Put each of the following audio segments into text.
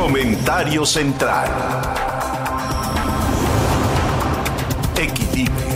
Comentario central. Equilibrio.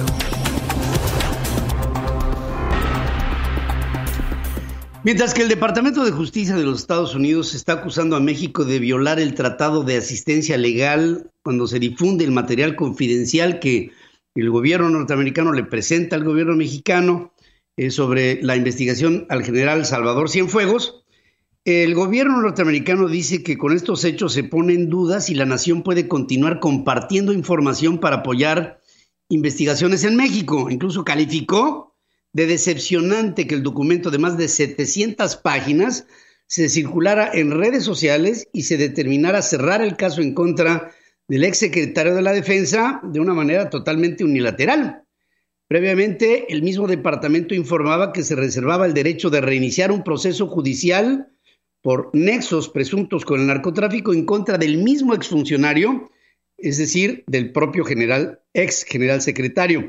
Mientras que el Departamento de Justicia de los Estados Unidos está acusando a México de violar el Tratado de Asistencia Legal cuando se difunde el material confidencial que el gobierno norteamericano le presenta al gobierno mexicano sobre la investigación al general Salvador Cienfuegos, el gobierno norteamericano dice que con estos hechos se pone en duda si la nación puede continuar compartiendo información para apoyar investigaciones en México. Incluso calificó de decepcionante que el documento de más de 700 páginas se circulara en redes sociales y se determinara cerrar el caso en contra del exsecretario de la Defensa de una manera totalmente unilateral. Previamente, el mismo departamento informaba que se reservaba el derecho de reiniciar un proceso judicial por nexos presuntos con el narcotráfico en contra del mismo exfuncionario, es decir, del propio ex general secretario.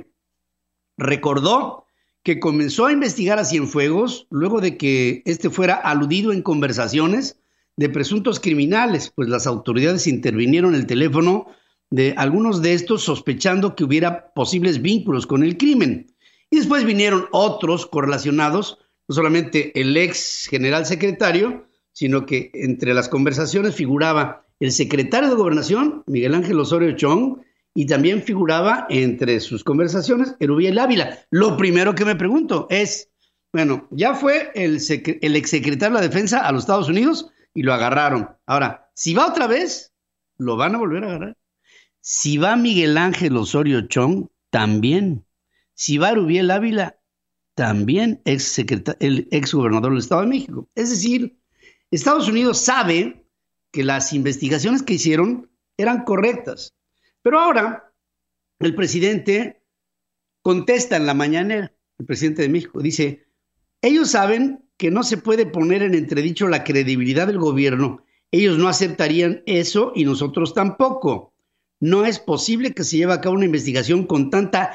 Recordó que comenzó a investigar a Cienfuegos luego de que este fuera aludido en conversaciones de presuntos criminales, pues las autoridades intervinieron en el teléfono de algunos de estos sospechando que hubiera posibles vínculos con el crimen. Y después vinieron otros correlacionados, no solamente el ex general secretario, sino que entre las conversaciones figuraba el secretario de Gobernación, Miguel Ángel Osorio Chong, y también figuraba entre sus conversaciones Erubiel Ávila. Lo primero que me pregunto es, bueno, ya fue el exsecretario de la Defensa a los Estados Unidos y lo agarraron. Ahora, si va otra vez, lo van a volver a agarrar. Si va Miguel Ángel Osorio Chong, también. Si va Erubiel Ávila, también el exgobernador del Estado de México. Es decir, Estados Unidos sabe que las investigaciones que hicieron eran correctas. Pero ahora el presidente contesta en la mañanera, el presidente de México, dice, ellos saben que no se puede poner en entredicho la credibilidad del gobierno. Ellos no aceptarían eso y nosotros tampoco. No es posible que se lleve a cabo una investigación con tanta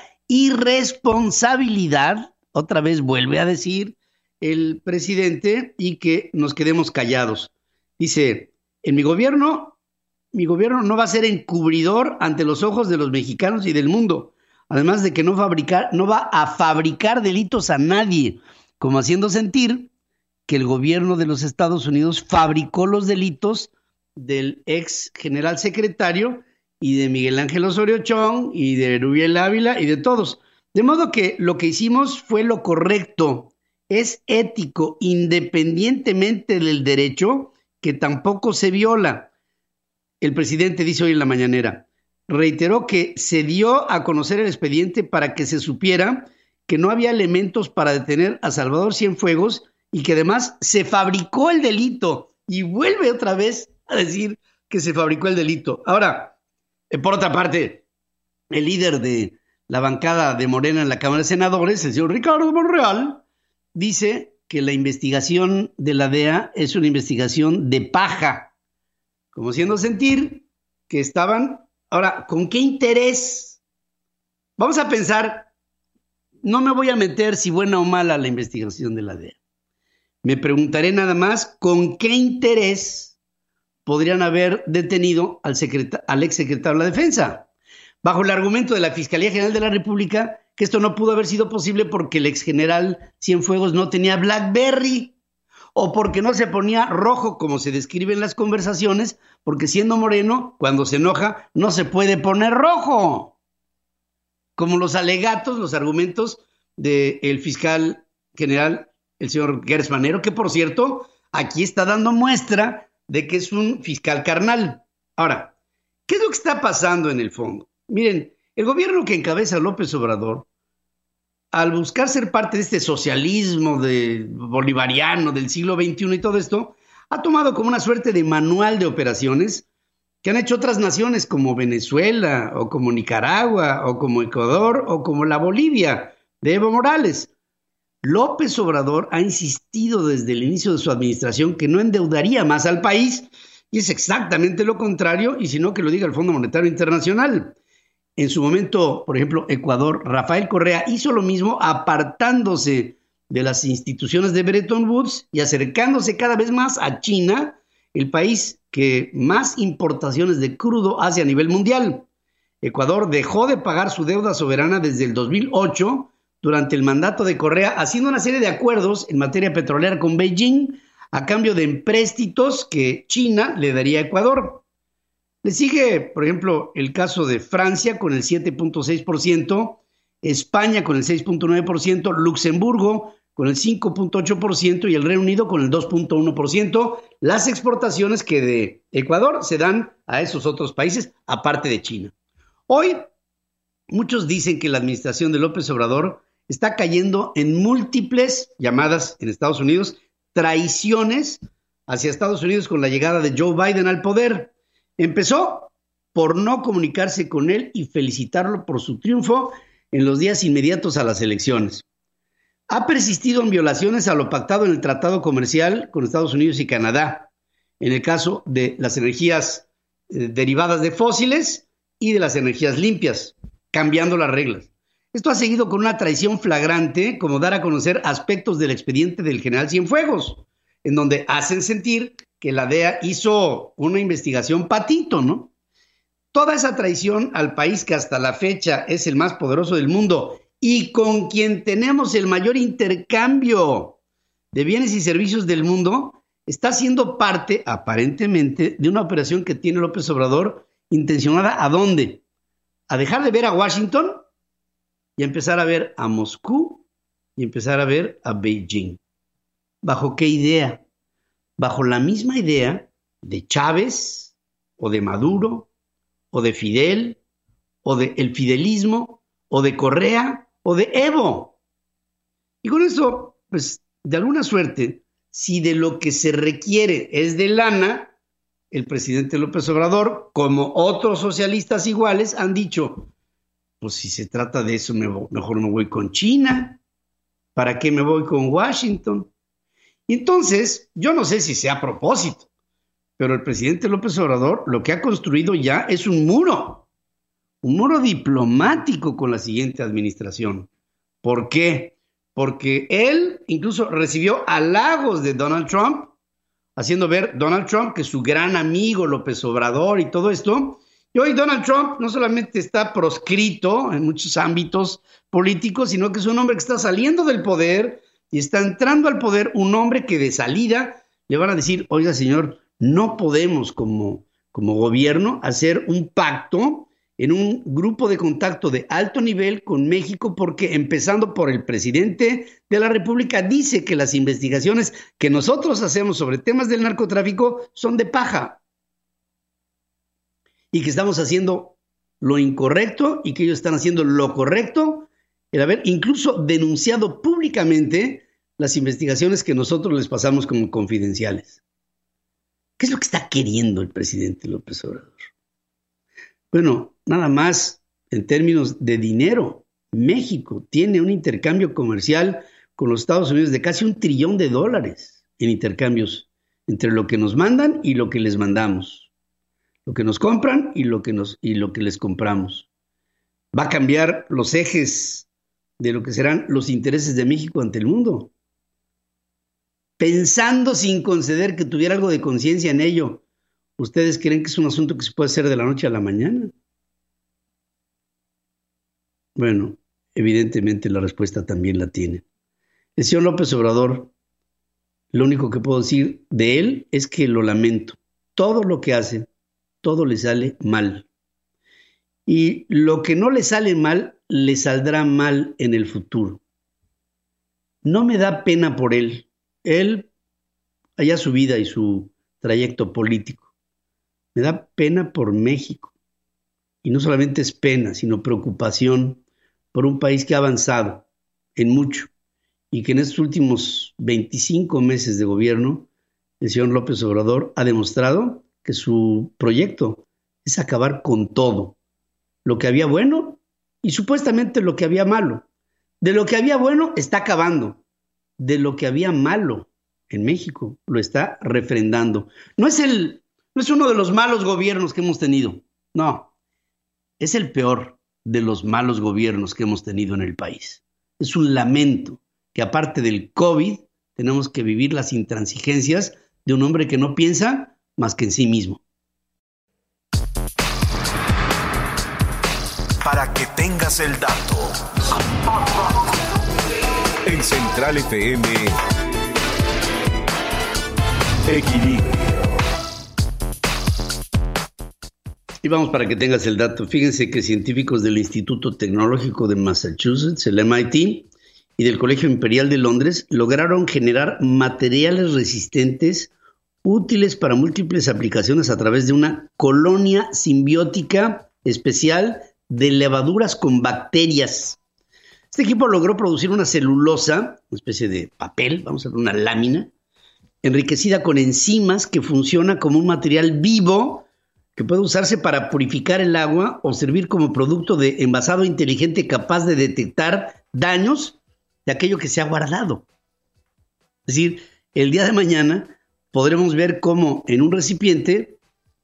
irresponsabilidad, otra vez vuelve a decir el presidente, y que nos quedemos callados. Dice, en mi gobierno no va a ser encubridor ante los ojos de los mexicanos y del mundo. Además de que no va a fabricar delitos a nadie, como haciendo sentir que el gobierno de los Estados Unidos fabricó los delitos del ex general secretario y de Miguel Ángel Osorio Chong y de Erubiel Ávila y de todos. De modo que lo que hicimos fue lo correcto. Es ético, independientemente del derecho, que tampoco se viola. El presidente dice hoy en la mañanera, reiteró que se dio a conocer el expediente para que se supiera que no había elementos para detener a Salvador Cienfuegos y que además se fabricó el delito. Y vuelve otra vez a decir que se fabricó el delito. Ahora, por otra parte, el líder de la bancada de Morena en la Cámara de Senadores, el señor Ricardo Monreal, dice que la investigación de la DEA es una investigación de paja, como haciendo sentir que estaban... Ahora, ¿con qué interés? Vamos a pensar, no me voy a meter si buena o mala la investigación de la DEA. Me preguntaré nada más, ¿con qué interés podrían haber detenido al exsecretario de la Defensa? Bajo el argumento de la Fiscalía General de la República, que esto no pudo haber sido posible porque el exgeneral Cienfuegos no tenía BlackBerry, o porque no se ponía rojo, como se describe en las conversaciones, porque siendo moreno, cuando se enoja, no se puede poner rojo. Como los alegatos, los argumentos del fiscal general, el señor Gers Manero, que por cierto, aquí está dando muestra de que es un fiscal carnal. Ahora, ¿qué es lo que está pasando en el fondo? Miren, el gobierno que encabeza López Obrador, al buscar ser parte de este socialismo bolivariano del siglo XXI y todo esto, ha tomado como una suerte de manual de operaciones que han hecho otras naciones como Venezuela, o como Nicaragua, o como Ecuador, o como la Bolivia de Evo Morales. López Obrador ha insistido desde el inicio de su administración que no endeudaría más al país, y es exactamente lo contrario, y si no, que lo diga el Fondo Monetario Internacional. En su momento, por ejemplo, Ecuador, Rafael Correa hizo lo mismo apartándose de las instituciones de Bretton Woods y acercándose cada vez más a China el país que más importaciones de crudo hace a nivel mundial. Ecuador dejó de pagar su deuda soberana desde el 2008 durante el mandato de Correa, haciendo una serie de acuerdos en materia petrolera con Beijing a cambio de empréstitos que China le daría a Ecuador. Le sigue, por ejemplo, el caso de Francia con el 7.6%, España con el 6.9%, Luxemburgo con el 5.8% y el Reino Unido con el 2.1%, las exportaciones que de Ecuador se dan a esos otros países, aparte de China. Hoy, muchos dicen que la administración de López Obrador está cayendo en múltiples llamadas en Estados Unidos traiciones hacia Estados Unidos con la llegada de Joe Biden al poder. Empezó por no comunicarse con él y felicitarlo por su triunfo en los días inmediatos a las elecciones. Ha persistido en violaciones a lo pactado en el tratado comercial con Estados Unidos y Canadá, en el caso de las energías derivadas de fósiles y de las energías limpias, cambiando las reglas. Esto ha seguido con una traición flagrante, como dar a conocer aspectos del expediente del general Cienfuegos, en donde hacen sentir que la DEA hizo una investigación patito, ¿no? Toda esa traición al país que hasta la fecha es el más poderoso del mundo y con quien tenemos el mayor intercambio de bienes y servicios del mundo, está siendo parte, aparentemente, de una operación que tiene López Obrador intencionada ¿a dónde? A dejar de ver a Washington y empezar a ver a Moscú y empezar a ver a Beijing. ¿Bajo qué idea? Bajo la misma idea de Chávez o de Maduro o de Fidel o de el fidelismo o de Correa o de Evo. Y con eso, pues, de alguna suerte, si de lo que se requiere es de lana, el presidente López Obrador, como otros socialistas iguales, han dicho, pues si se trata de eso, mejor me voy con China. ¿Para qué me voy con Washington? Y entonces, yo no sé si sea a propósito, pero el presidente López Obrador lo que ha construido ya es un muro diplomático con la siguiente administración. ¿Por qué? Porque él incluso recibió halagos de Donald Trump, haciendo ver Donald Trump que su gran amigo López Obrador y todo esto. Y hoy Donald Trump no solamente está proscrito en muchos ámbitos políticos, sino que es un hombre que está saliendo del poder y está entrando al poder un hombre que de salida le van a decir, oiga señor, no podemos como gobierno hacer un pacto en un grupo de contacto de alto nivel con México porque empezando por el presidente de la República dice que las investigaciones que nosotros hacemos sobre temas del narcotráfico son de paja y que estamos haciendo lo incorrecto y que ellos están haciendo lo correcto, el haber incluso denunciado públicamente las investigaciones que nosotros les pasamos como confidenciales. ¿Qué es lo que está queriendo el presidente López Obrador? Bueno, nada más en términos de dinero. México tiene un intercambio comercial con los Estados Unidos de casi $1 trillón en intercambios entre lo que nos mandan y lo que les mandamos. Lo que nos compran y lo que les compramos. Va a cambiar los ejes de lo que serán los intereses de México ante el mundo. Pensando sin conceder que tuviera algo de conciencia en ello, ¿ustedes creen que es un asunto que se puede hacer de la noche a la mañana? Bueno, evidentemente la respuesta también la tiene. El señor López Obrador, lo único que puedo decir de él es que lo lamento. Todo lo que hace, todo le sale mal. Y lo que no le sale mal, le saldrá mal en el futuro. No me da pena por él. Él, allá su vida y su trayecto político. Me da pena por México. Y no solamente es pena, sino preocupación por un país que ha avanzado en mucho y que en estos últimos 25 meses de gobierno, el señor López Obrador ha demostrado que su proyecto es acabar con todo. Lo que había bueno y supuestamente lo que había malo. De lo que había bueno está acabando. De lo que había malo en México lo está refrendando. No es uno de los malos gobiernos que hemos tenido. No, es el peor de los malos gobiernos que hemos tenido en el país. Es un lamento que aparte del COVID tenemos que vivir las intransigencias de un hombre que no piensa más que en sí mismo. Para que tengas el dato. En Central FM, Equilibrio. Y vamos para que tengas el dato. Fíjense que científicos del Instituto Tecnológico de Massachusetts, el MIT, y del Colegio Imperial de Londres lograron generar materiales resistentes útiles para múltiples aplicaciones a través de una colonia simbiótica especial de levaduras con bacterias. Este equipo logró producir una celulosa, una especie de papel, vamos a ver, una lámina, enriquecida con enzimas que funciona como un material vivo que puede usarse para purificar el agua o servir como producto de envasado inteligente capaz de detectar daños de aquello que se ha guardado. Es decir, el día de mañana podremos ver cómo en un recipiente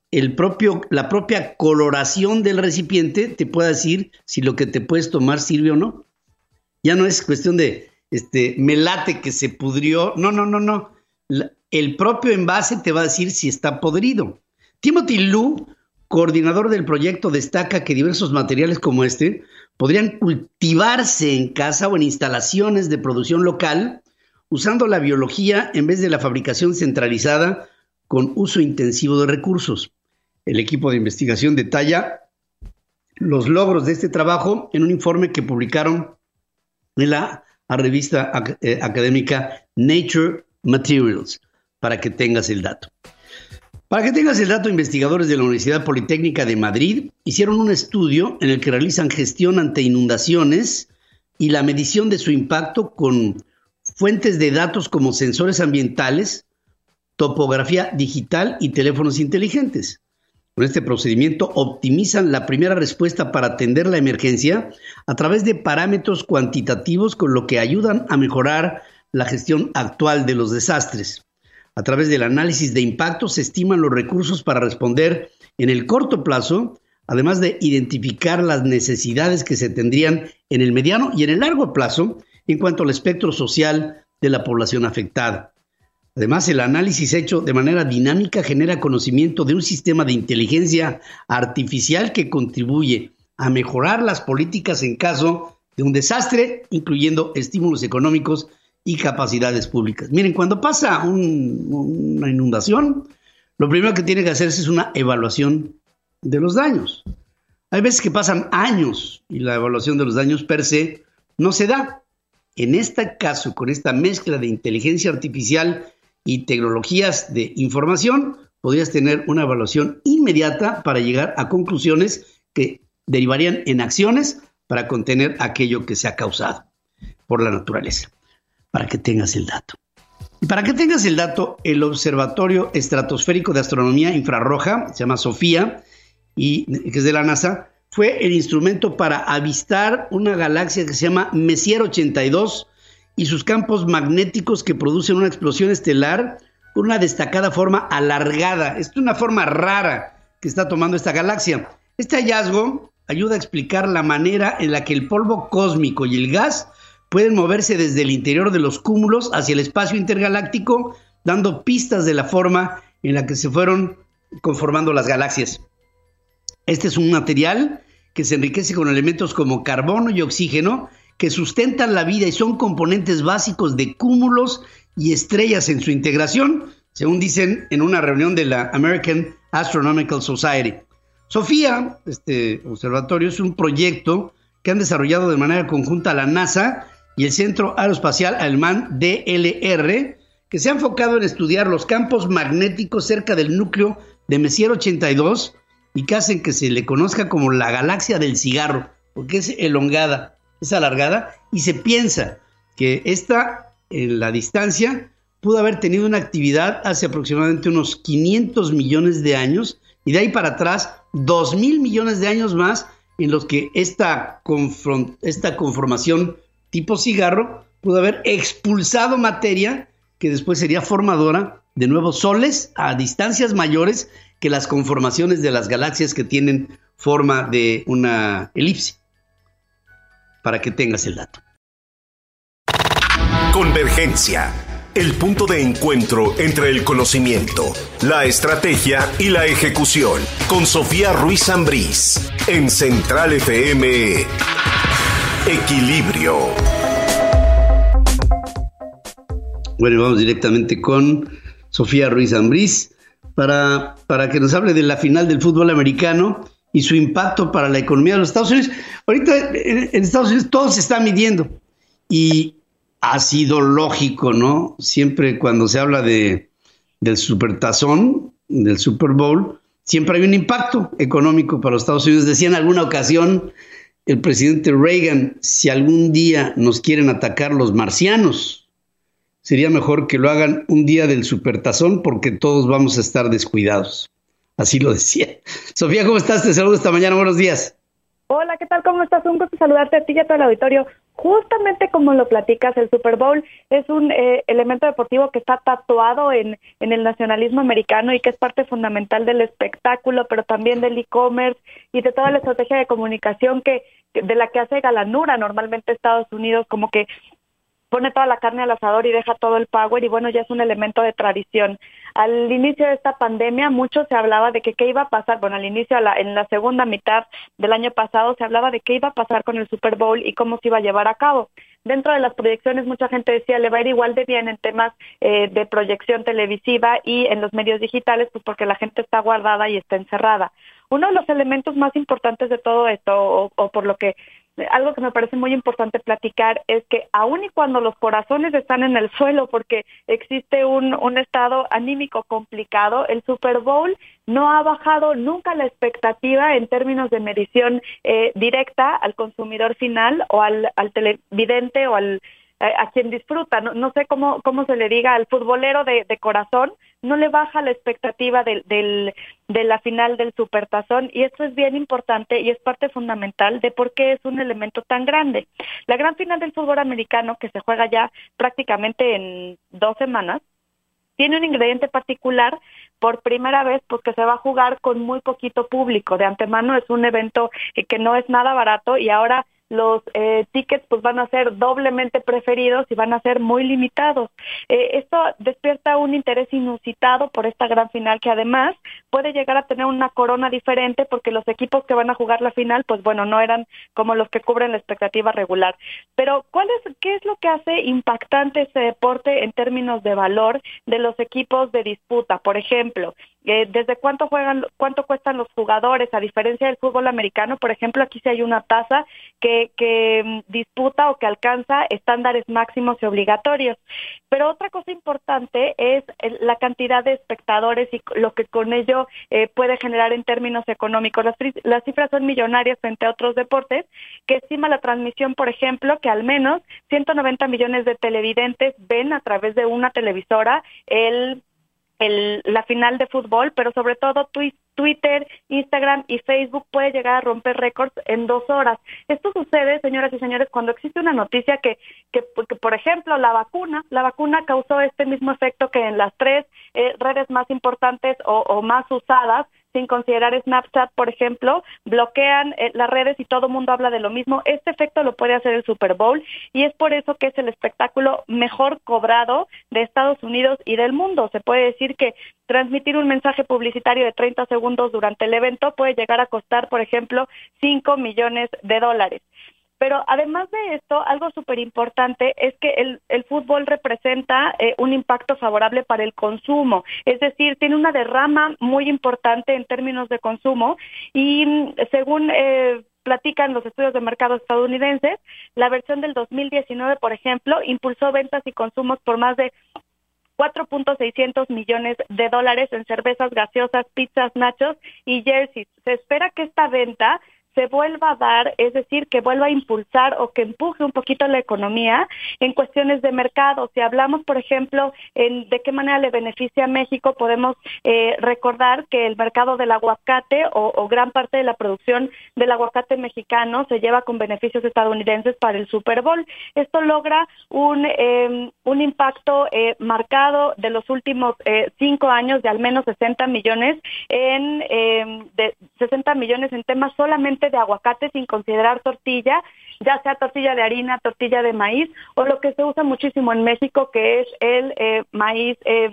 la propia coloración del recipiente te puede decir si lo que te puedes tomar sirve o no. Ya no es cuestión de me late que se pudrió. No. El propio envase te va a decir si está podrido. Timothy Lu, coordinador del proyecto, destaca que diversos materiales como este podrían cultivarse en casa o en instalaciones de producción local usando la biología en vez de la fabricación centralizada con uso intensivo de recursos. El equipo de investigación detalla los logros de este trabajo en un informe que publicaron en la revista académica Nature Materials, para que tengas el dato. Para que tengas el dato, investigadores de la Universidad Politécnica de Madrid hicieron un estudio en el que realizan gestión ante inundaciones y la medición de su impacto con fuentes de datos como sensores ambientales, topografía digital y teléfonos inteligentes. Con este procedimiento optimizan la primera respuesta para atender la emergencia a través de parámetros cuantitativos, con lo que ayudan a mejorar la gestión actual de los desastres. A través del análisis de impacto se estiman los recursos para responder en el corto plazo, además de identificar las necesidades que se tendrían en el mediano y en el largo plazo en cuanto al espectro social de la población afectada. Además, el análisis hecho de manera dinámica genera conocimiento de un sistema de inteligencia artificial que contribuye a mejorar las políticas en caso de un desastre, incluyendo estímulos económicos y capacidades públicas. Miren, cuando pasa una inundación, lo primero que tiene que hacerse es una evaluación de los daños. Hay veces que pasan años y la evaluación de los daños per se no se da. En este caso, con esta mezcla de inteligencia artificial y tecnologías de información, podrías tener una evaluación inmediata para llegar a conclusiones que derivarían en acciones para contener aquello que se ha causado por la naturaleza. Para que tengas el dato. Y para que tengas el dato, el Observatorio Estratosférico de Astronomía Infrarroja, se llama SOFIA, y que es de la NASA, fue el instrumento para avistar una galaxia que se llama Messier 82 y sus campos magnéticos que producen una explosión estelar con una destacada forma alargada. Es una forma rara que está tomando esta galaxia. Este hallazgo ayuda a explicar la manera en la que el polvo cósmico y el gas pueden moverse desde el interior de los cúmulos hacia el espacio intergaláctico, dando pistas de la forma en la que se fueron conformando las galaxias. Este es un material que se enriquece con elementos como carbono y oxígeno que sustentan la vida y son componentes básicos de cúmulos y estrellas en su integración, según dicen en una reunión de la American Astronomical Society. SOFIA, este observatorio, es un proyecto que han desarrollado de manera conjunta la NASA y el Centro Aeroespacial Alemán DLR, que se ha enfocado en estudiar los campos magnéticos cerca del núcleo de Messier 82 y que hacen que se le conozca como la galaxia del cigarro, porque es elongada, es alargada, y se piensa que esta, en la distancia, pudo haber tenido una actividad hace aproximadamente unos 500 millones de años, y de ahí para atrás, 2,000 millones de años más, en los que esta conformación tipo cigarro pudo haber expulsado materia que después sería formadora de nuevos soles a distancias mayores que las conformaciones de las galaxias que tienen forma de una elipse. Para que tengas el dato. Convergencia. el punto de encuentro entre el conocimiento, la estrategia y la ejecución. Con Sofía Ruiz Ambrís, en Central FM. Equilibrio. Bueno, vamos directamente con Sofía Ruiz Ambrís para que nos hable de la final del fútbol americano y su impacto para la economía de los Estados Unidos. Ahorita en Estados Unidos todo se está midiendo y ha sido lógico, ¿no? Siempre cuando se habla del supertazón, del Super Bowl, siempre hay un impacto económico para los Estados Unidos. Decía en alguna ocasión el presidente Reagan, si algún día nos quieren atacar los marcianos, sería mejor que lo hagan un día del supertazón porque todos vamos a estar descuidados. Así lo decía. Sofía, ¿cómo estás? Te saludo esta mañana. Buenos días. Hola, ¿qué tal? ¿Cómo estás? Un gusto saludarte a ti y a todo el auditorio. Justamente como lo platicas, el Super Bowl es un elemento deportivo que está tatuado en el nacionalismo americano y que es parte fundamental del espectáculo, pero también del e-commerce y de toda la estrategia de comunicación de la que hace galanura normalmente Estados Unidos, como que pone toda la carne al asador y deja todo el power y bueno, ya es un elemento de tradición. Al inicio de esta pandemia mucho se hablaba de que qué iba a pasar, bueno, al inicio, en la segunda mitad del año pasado se hablaba de qué iba a pasar con el Super Bowl y cómo se iba a llevar a cabo. Dentro de las proyecciones mucha gente decía le va a ir igual de bien en temas de proyección televisiva y en los medios digitales, pues porque la gente está guardada y está encerrada. Uno de los elementos más importantes de todo esto, o por lo que algo que me parece muy importante platicar es que aun y cuando los corazones están en el suelo porque existe un estado anímico complicado, el Super Bowl no ha bajado nunca la expectativa en términos de medición directa al consumidor final o al televidente o a quien disfruta, no sé cómo se le diga al futbolero de corazón, no le baja la expectativa de la final del Supertazón y esto es bien importante y es parte fundamental de por qué es un elemento tan grande. La gran final del fútbol americano que se juega ya prácticamente en 2 semanas tiene un ingrediente particular por primera vez porque se va a jugar con muy poquito público. De antemano es un evento que no es nada barato y ahora los tickets pues van a ser doblemente preferidos y van a ser muy limitados. Esto despierta un interés inusitado por esta gran final que además puede llegar a tener una corona diferente porque los equipos que van a jugar la final pues bueno, no eran como los que cubren la expectativa regular. Pero ¿qué es lo que hace impactante este deporte en términos de valor de los equipos de disputa? Por ejemplo, desde cuánto cuestan los jugadores, a diferencia del fútbol americano, por ejemplo, aquí sí hay una tasa que disputa o que alcanza estándares máximos y obligatorios. Pero otra cosa importante es la cantidad de espectadores y lo que con ello puede generar en términos económicos. Las cifras son millonarias frente a otros deportes, que estima la transmisión, por ejemplo, que al menos 190 millones de televidentes ven a través de una televisora la final de fútbol, pero sobre todo Twitter, Instagram y Facebook puede llegar a romper récords en 2 horas. Esto sucede, señoras y señores, cuando existe una noticia que por ejemplo, la vacuna causó este mismo efecto que en las 3 redes más importantes o más usadas, sin considerar Snapchat, por ejemplo, bloquean las redes y todo el mundo habla de lo mismo. Este efecto lo puede hacer el Super Bowl y es por eso que es el espectáculo mejor cobrado de Estados Unidos y del mundo. Se puede decir que transmitir un mensaje publicitario de 30 segundos durante el evento puede llegar a costar, por ejemplo, $5 millones. Pero además de esto, algo súper importante es que el fútbol representa un impacto favorable para el consumo, es decir, tiene una derrama muy importante en términos de consumo y según platican los estudios de mercado estadounidenses, la versión del 2019, por ejemplo, impulsó ventas y consumos por más de $4.6 millones en cervezas gaseosas, pizzas, nachos y jerseys. Se espera que esta venta se vuelva a dar, es decir, que vuelva a impulsar o que empuje un poquito la economía en cuestiones de mercado. Si hablamos, por ejemplo, de qué manera le beneficia a México, podemos recordar que el mercado del aguacate o gran parte de la producción del aguacate mexicano se lleva con beneficios estadounidenses para el Super Bowl. Esto logra un impacto marcado de los últimos 5 años de al menos 60 millones en temas solamente solamente de aguacate sin considerar tortilla, ya sea tortilla de harina, tortilla de maíz, o lo que se usa muchísimo en México, que es el maíz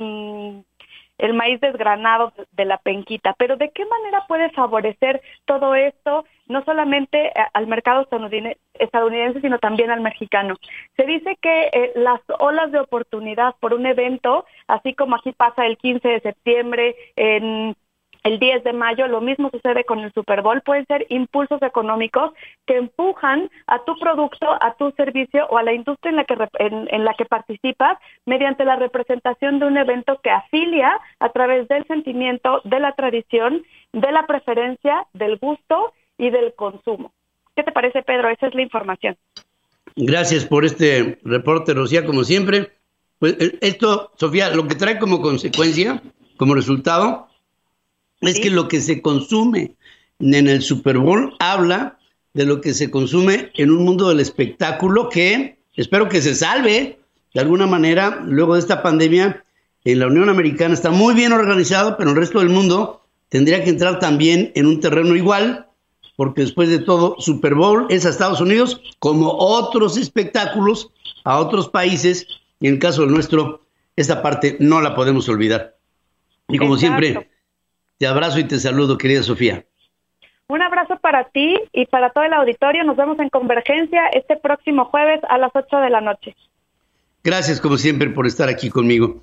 desgranado de la penquita. Pero ¿de qué manera puede favorecer todo esto, no solamente al mercado estadounidense, sino también al mexicano? Se dice que las olas de oportunidad por un evento, así como aquí pasa el 15 de septiembre, en el 10 de mayo, lo mismo sucede con el Super Bowl, pueden ser impulsos económicos que empujan a tu producto, a tu servicio o a la industria en la que participas mediante la representación de un evento que afilia a través del sentimiento, de la tradición, de la preferencia, del gusto y del consumo. ¿Qué te parece, Pedro? Esa es la información. Gracias por este reporte, Rocía, como siempre. Pues esto, Sofía, lo que trae como consecuencia, como resultado, es que lo que se consume en el Super Bowl habla de lo que se consume en un mundo del espectáculo que espero que se salve de alguna manera luego de esta pandemia. En la Unión Americana está muy bien organizado, pero el resto del mundo tendría que entrar también en un terreno igual, porque después de todo, Super Bowl es a Estados Unidos, como otros espectáculos a otros países, y en el caso del nuestro, esta parte no la podemos olvidar. Y como siempre, te abrazo y te saludo, querida Sofía. Un abrazo para ti y para todo el auditorio. Nos vemos en Convergencia este próximo jueves a las 8 de la noche. Gracias, como siempre, por estar aquí conmigo.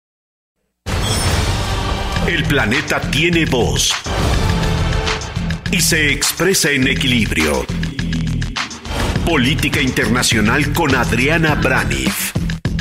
El planeta tiene voz y se expresa en equilibrio. Política internacional con Adriana Braniff.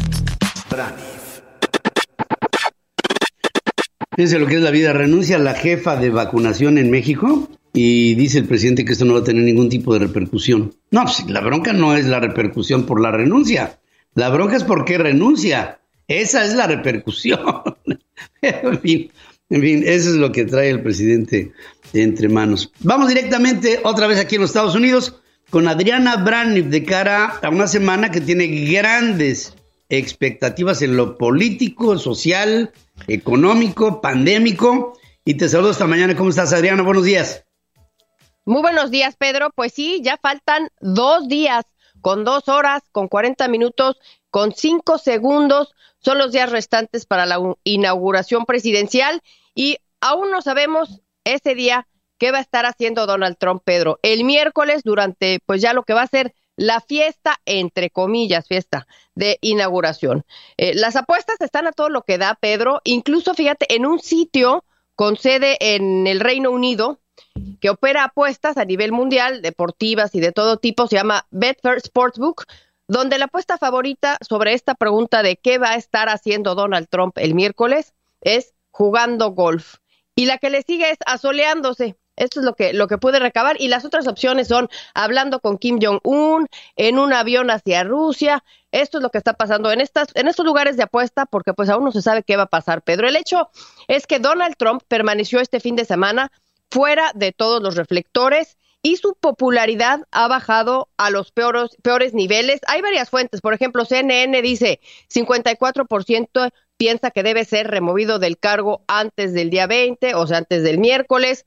Fíjense lo que es la vida. Renuncia la jefa de vacunación en México y dice el presidente que esto no va a tener ningún tipo de repercusión. No, pues la bronca no es la repercusión por la renuncia. La bronca es por qué renuncia. Esa es la repercusión. En fin, eso es lo que trae el presidente entre manos. Vamos directamente otra vez aquí en los Estados Unidos con Adriana Braniff de cara a una semana que tiene grandes expectativas en lo político, social, económico, pandémico. Y te saludo esta mañana. ¿Cómo estás, Adriana? Buenos días. Muy buenos días, Pedro. Pues sí, ya faltan 2 días, con 2 horas, con 40 minutos, con 5 segundos. Son los días restantes para la inauguración presidencial y aún no sabemos ese día qué va a estar haciendo Donald Trump, Pedro. El miércoles, durante pues ya lo que va a ser la fiesta, entre comillas, fiesta de inauguración. Las apuestas están a todo lo que da, Pedro. Incluso, fíjate, en un sitio con sede en el Reino Unido que opera apuestas a nivel mundial, deportivas y de todo tipo, se llama Betfair Sportsbook, donde la apuesta favorita sobre esta pregunta de qué va a estar haciendo Donald Trump el miércoles es jugando golf. Y la que le sigue es asoleándose. Esto es lo que puede recabar, y las otras opciones son hablando con Kim Jong-un, en un avión hacia Rusia. Esto es lo que está pasando en estos lugares de apuesta, porque pues aún no se sabe qué va a pasar, Pedro. El hecho es que Donald Trump permaneció este fin de semana fuera de todos los reflectores y su popularidad ha bajado a los peores niveles. Hay varias fuentes, por ejemplo, CNN dice 54% piensa que debe ser removido del cargo antes del día 20, o sea, antes del miércoles.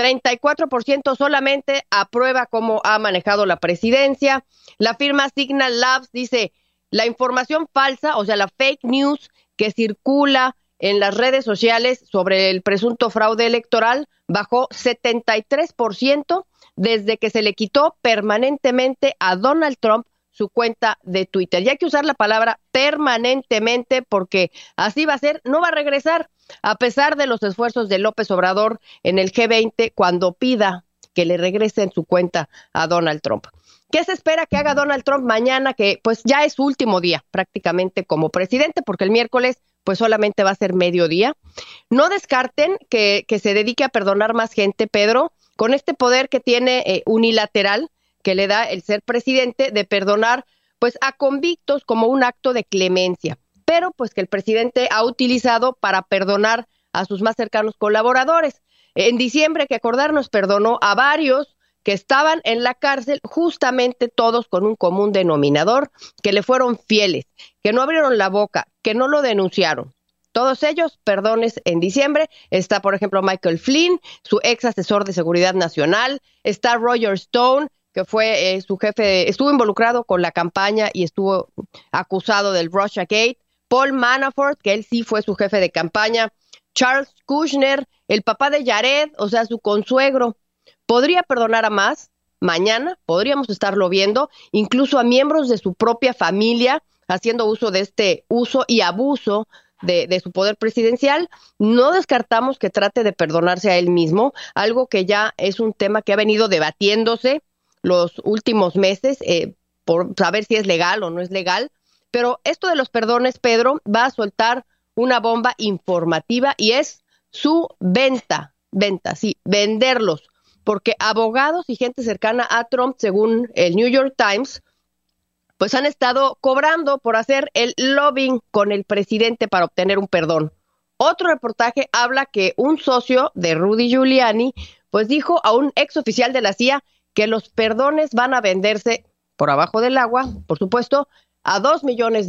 34% solamente aprueba cómo ha manejado la presidencia. La firma Signal Labs dice la información falsa, o sea, la fake news que circula en las redes sociales sobre el presunto fraude electoral bajó 73% desde que se le quitó permanentemente a Donald Trump su cuenta de Twitter. Y hay que usar la palabra permanentemente porque así va a ser, no va a regresar, a pesar de los esfuerzos de López Obrador en el G20 cuando pida que le regresen su cuenta a Donald Trump. ¿Qué se espera que haga Donald Trump mañana, que pues ya es su último día prácticamente como presidente, porque el miércoles pues solamente va a ser mediodía? No descarten que se dedique a perdonar más gente, Pedro, con este poder que tiene unilateral, que le da el ser presidente, de perdonar pues a convictos como un acto de clemencia, pero pues que el presidente ha utilizado para perdonar a sus más cercanos colaboradores. En diciembre, que acordarnos, perdonó a varios que estaban en la cárcel, justamente todos con un común denominador, que le fueron fieles, que no abrieron la boca, que no lo denunciaron. Todos ellos, perdones en diciembre. Está, por ejemplo, Michael Flynn, su ex asesor de seguridad nacional. Está Roger Stone, que fue su jefe, estuvo involucrado con la campaña y estuvo acusado del Russiagate. Paul Manafort, que él sí fue su jefe de campaña. Charles Kushner, el papá de Jared, o sea, su consuegro. ¿Podría perdonar a más? Mañana podríamos estarlo viendo, incluso a miembros de su propia familia haciendo uso de este uso y abuso de su poder presidencial. No descartamos que trate de perdonarse a él mismo, algo que ya es un tema que ha venido debatiéndose los últimos meses por saber si es legal o no es legal. Pero esto de los perdones, Pedro, va a soltar una bomba informativa y es su venta, sí, venderlos. Porque abogados y gente cercana a Trump, según el New York Times, pues han estado cobrando por hacer el lobbying con el presidente para obtener un perdón. Otro reportaje habla que un socio de Rudy Giuliani pues dijo a un ex oficial de la CIA que los perdones van a venderse por abajo del agua, por supuesto, a $2 millones.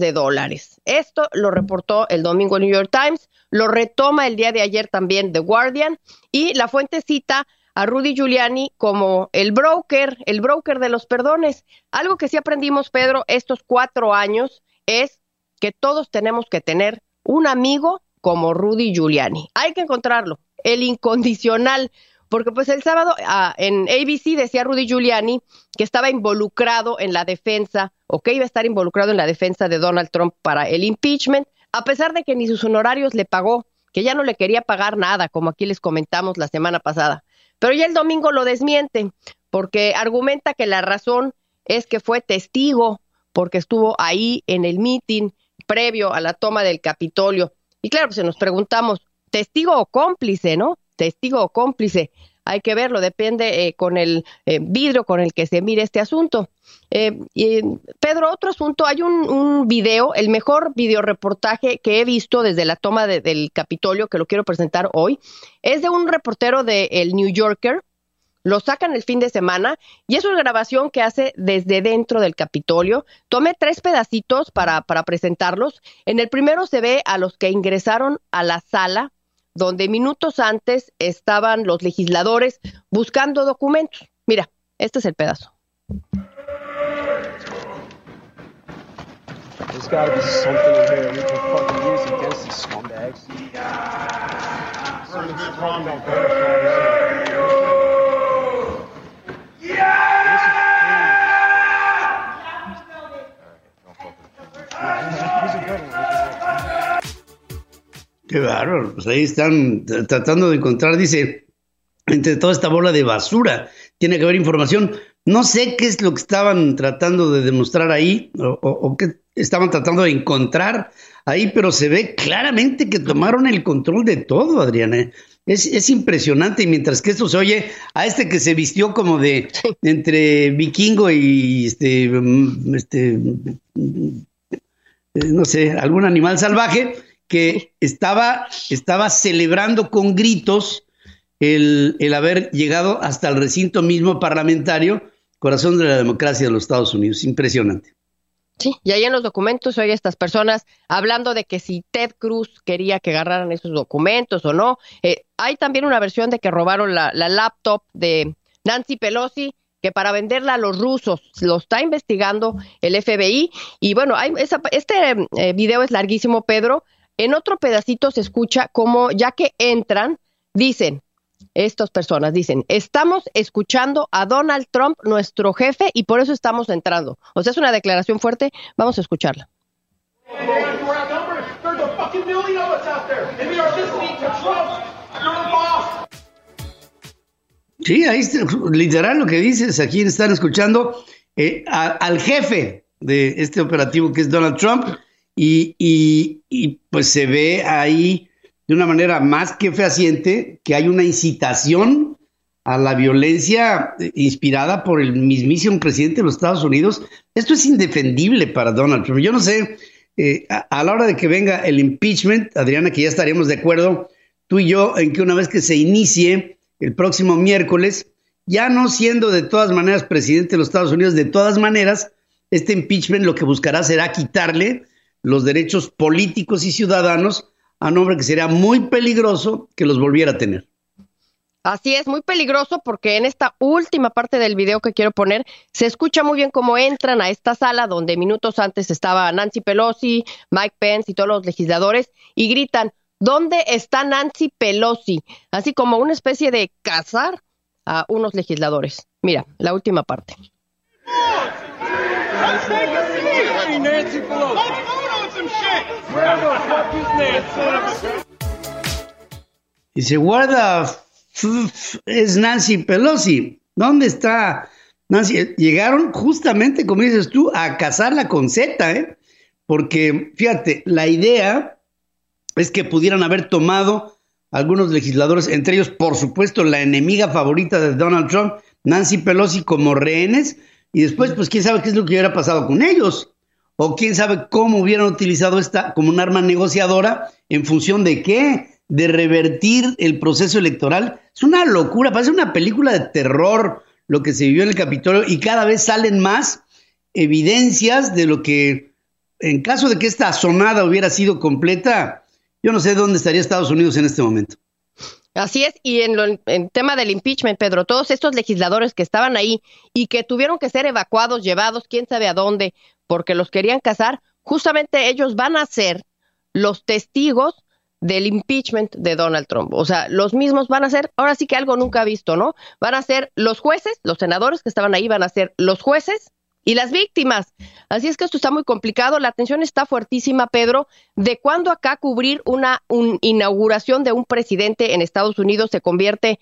Esto lo reportó el domingo el New York Times, lo retoma el día de ayer también The Guardian, y la fuente cita a Rudy Giuliani como el broker de los perdones. Algo que sí aprendimos, Pedro, estos 4 años es que todos tenemos que tener un amigo como Rudy Giuliani. Hay que encontrarlo, el incondicional, porque pues el sábado en ABC decía Rudy Giuliani que estaba involucrado en la defensa, o que iba a estar involucrado en la defensa de Donald Trump para el impeachment, a pesar de que ni sus honorarios le pagó, que ya no le quería pagar nada, como aquí les comentamos la semana pasada. Pero ya el domingo lo desmiente, porque argumenta que la razón es que fue testigo, porque estuvo ahí en el meeting previo a la toma del Capitolio. Y claro, pues nos preguntamos, ¿testigo o cómplice, no? Testigo o cómplice. Hay que verlo, depende con el vidrio con el que se mire este asunto. Pedro, otro asunto, hay un video, el mejor videoreportaje que he visto desde la toma del Capitolio, que lo quiero presentar hoy, es de un reportero de el New Yorker, lo sacan el fin de semana, y es una grabación que hace desde dentro del Capitolio. Tomé 3 pedacitos para presentarlos. En el primero se ve a los que ingresaron a la sala, donde minutos antes estaban los legisladores buscando documentos. Mira, este es el pedazo. There's gotta be something in here we can fucking use against these scumbags. Qué bárbaro, pues ahí están tratando de encontrar, dice, entre toda esta bola de basura, tiene que haber información. No sé qué es lo que estaban tratando de demostrar ahí, o qué estaban tratando de encontrar ahí, pero se ve claramente que tomaron el control de todo, Adriana. Es impresionante, y mientras que esto se oye a este que se vistió como de entre vikingo y no sé, algún animal salvaje, que estaba celebrando con gritos el haber llegado hasta el recinto mismo parlamentario, corazón de la democracia de los Estados Unidos. Impresionante. Sí, y ahí en los documentos oye estas personas hablando de que si Ted Cruz quería que agarraran esos documentos o no. Hay también una versión de que robaron la laptop de Nancy Pelosi, que para venderla a los rusos lo está investigando el FBI. Y bueno, este video es larguísimo, Pedro. En otro pedacito se escucha como ya que entran, estas personas dicen, estamos escuchando a Donald Trump, nuestro jefe, y por eso estamos entrando. O sea, es una declaración fuerte. Vamos a escucharla. Sí, ahí está, literal lo que dices, aquí están escuchando al jefe de este operativo que es Donald Trump, y pues se ve ahí de una manera más que fehaciente que hay una incitación a la violencia inspirada por el mismísimo presidente de los Estados Unidos. Esto es indefendible para Donald Trump. Yo no sé, a la hora de que venga el impeachment, Adriana, que ya estaremos de acuerdo tú y yo en que una vez que se inicie el próximo miércoles, ya no siendo de todas maneras presidente de los Estados Unidos, de todas maneras, este impeachment lo que buscará será quitarle los derechos políticos y ciudadanos a nombre que sería muy peligroso que los volviera a tener. Así es, muy peligroso porque en esta última parte del video que quiero poner, se escucha muy bien cómo entran a esta sala donde minutos antes estaba Nancy Pelosi, Mike Pence y todos los legisladores y gritan, ¿dónde está Nancy Pelosi? Así como una especie de cazar a unos legisladores. Mira, la última parte. Dice, guarda, es Nancy Pelosi. ¿Dónde está Nancy? Llegaron justamente, como dices tú, a cazarla con Z, ¿eh? Porque, fíjate, la idea es que pudieran haber tomado algunos legisladores, entre ellos, por supuesto, la enemiga favorita de Donald Trump, Nancy Pelosi, como rehenes, y después, pues, quién sabe qué es lo que hubiera pasado con ellos, o quién sabe cómo hubieran utilizado esta como un arma negociadora, en función de qué, de revertir el proceso electoral. Es una locura, parece una película de terror lo que se vivió en el Capitolio, y cada vez salen más evidencias de lo que, en caso de que esta asonada hubiera sido completa, yo no sé dónde estaría Estados Unidos en este momento. Así es, y en tema del impeachment, Pedro, todos estos legisladores que estaban ahí y que tuvieron que ser evacuados, llevados, quién sabe a dónde, porque los querían cazar, justamente ellos van a ser los testigos del impeachment de Donald Trump. O sea, los mismos van a ser, ahora sí que algo nunca visto, ¿no? Van a ser los jueces, los senadores que estaban ahí van a ser los jueces y las víctimas. Así es que esto está muy complicado, la tensión está fuertísima, Pedro. ¿De cuándo acá cubrir una inauguración de un presidente en Estados Unidos te convierte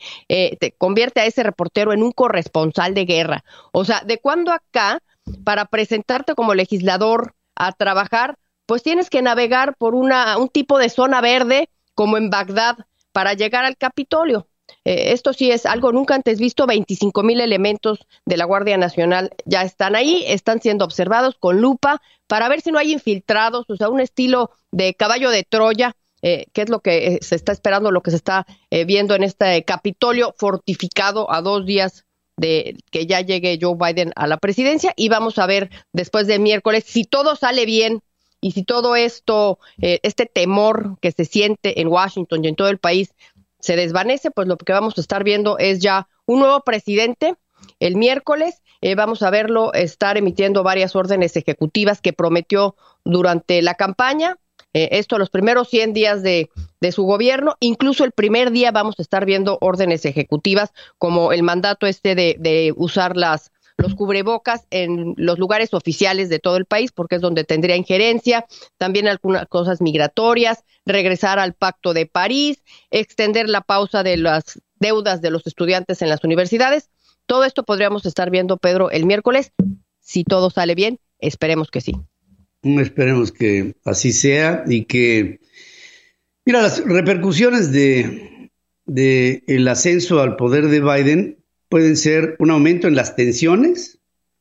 a ese reportero en un corresponsal de guerra? O sea, ¿de cuándo acá, para presentarte como legislador a trabajar, pues tienes que navegar por un tipo de zona verde, como en Bagdad, para llegar al Capitolio? Esto sí es algo nunca antes visto. 25,000 elementos de la Guardia Nacional ya están ahí, están siendo observados con lupa para ver si no hay infiltrados, o sea, un estilo de caballo de Troya, que es lo que se está esperando, lo que se está viendo en este Capitolio fortificado a 2 días de que ya llegue Joe Biden a la presidencia, y vamos a ver después de miércoles si todo sale bien y si todo esto, este temor que se siente en Washington y en todo el país se desvanece. Pues lo que vamos a estar viendo es ya un nuevo presidente. El miércoles vamos a verlo estar emitiendo varias órdenes ejecutivas que prometió durante la campaña. Esto los primeros 100 días de su gobierno, incluso el primer día vamos a estar viendo órdenes ejecutivas como el mandato de usar los cubrebocas en los lugares oficiales de todo el país, porque es donde tendría injerencia, también algunas cosas migratorias, regresar al Pacto de París, extender la pausa de las deudas de los estudiantes en las universidades. Todo esto podríamos estar viendo, Pedro, el miércoles, si todo sale bien, esperemos que sí. Esperemos que así sea y que, mira, las repercusiones de el ascenso al poder de Biden pueden ser un aumento en las tensiones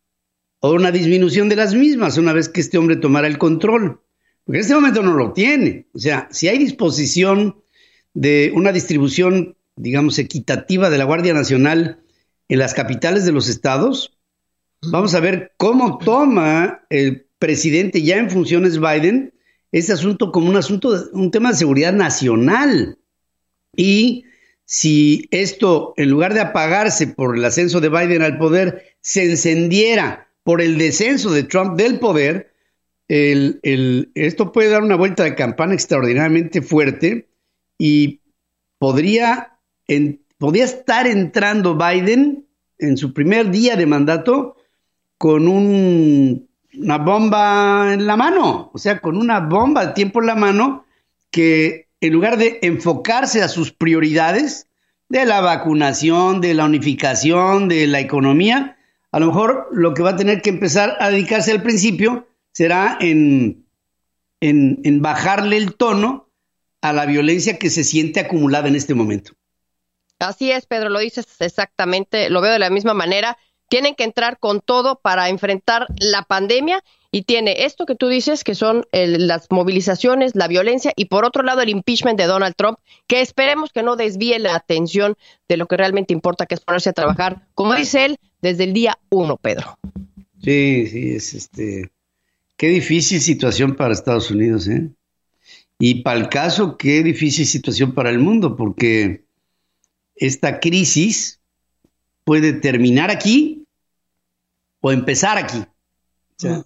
o una disminución de las mismas una vez que este hombre tomara el control, porque en este momento no lo tiene. O sea, si hay disposición de una distribución, digamos, equitativa de la Guardia Nacional en las capitales de los estados, vamos a ver cómo toma el presidente ya en funciones Biden este asunto como un tema de seguridad nacional. Y si esto, en lugar de apagarse por el ascenso de Biden al poder, se encendiera por el descenso de Trump del poder, esto puede dar una vuelta de campana extraordinariamente fuerte y podría estar entrando Biden en su primer día de mandato con una bomba en la mano, o sea, con una bomba de tiempo en la mano, que en lugar de enfocarse a sus prioridades de la vacunación, de la unificación, de la economía, a lo mejor lo que va a tener que empezar a dedicarse al principio será en bajarle el tono a la violencia que se siente acumulada en este momento. Así es, Pedro, lo dices exactamente, lo veo de la misma manera. Tienen que entrar con todo para enfrentar la pandemia, y tiene esto que tú dices, que son las movilizaciones, la violencia, y por otro lado el impeachment de Donald Trump, que esperemos que no desvíe la atención de lo que realmente importa, que es ponerse a trabajar, como dice él, desde el día 1, Pedro. Sí, es qué difícil situación para Estados Unidos, ¿eh? Y para el caso, qué difícil situación para el mundo, porque esta crisis puede terminar aquí o empezar aquí. O sea,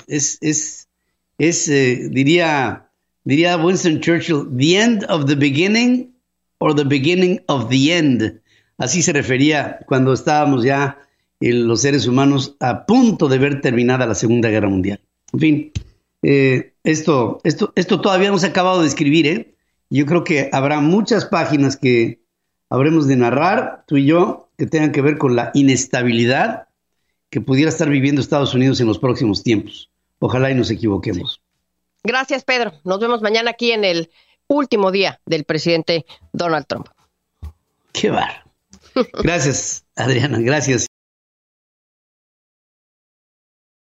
diría Winston Churchill, the end of the beginning or the beginning of the end. Así se refería cuando estábamos ya los seres humanos a punto de ver terminada la Segunda Guerra Mundial. En fin, esto todavía no se ha acabado de escribir, ¿eh? Yo creo que habrá muchas páginas que habremos de narrar, tú y yo, que tengan que ver con la inestabilidad que pudiera estar viviendo Estados Unidos en los próximos tiempos. Ojalá y nos equivoquemos. Gracias, Pedro. Nos vemos mañana aquí en el último día del presidente Donald Trump. Qué bar. Gracias, Adriana. Gracias.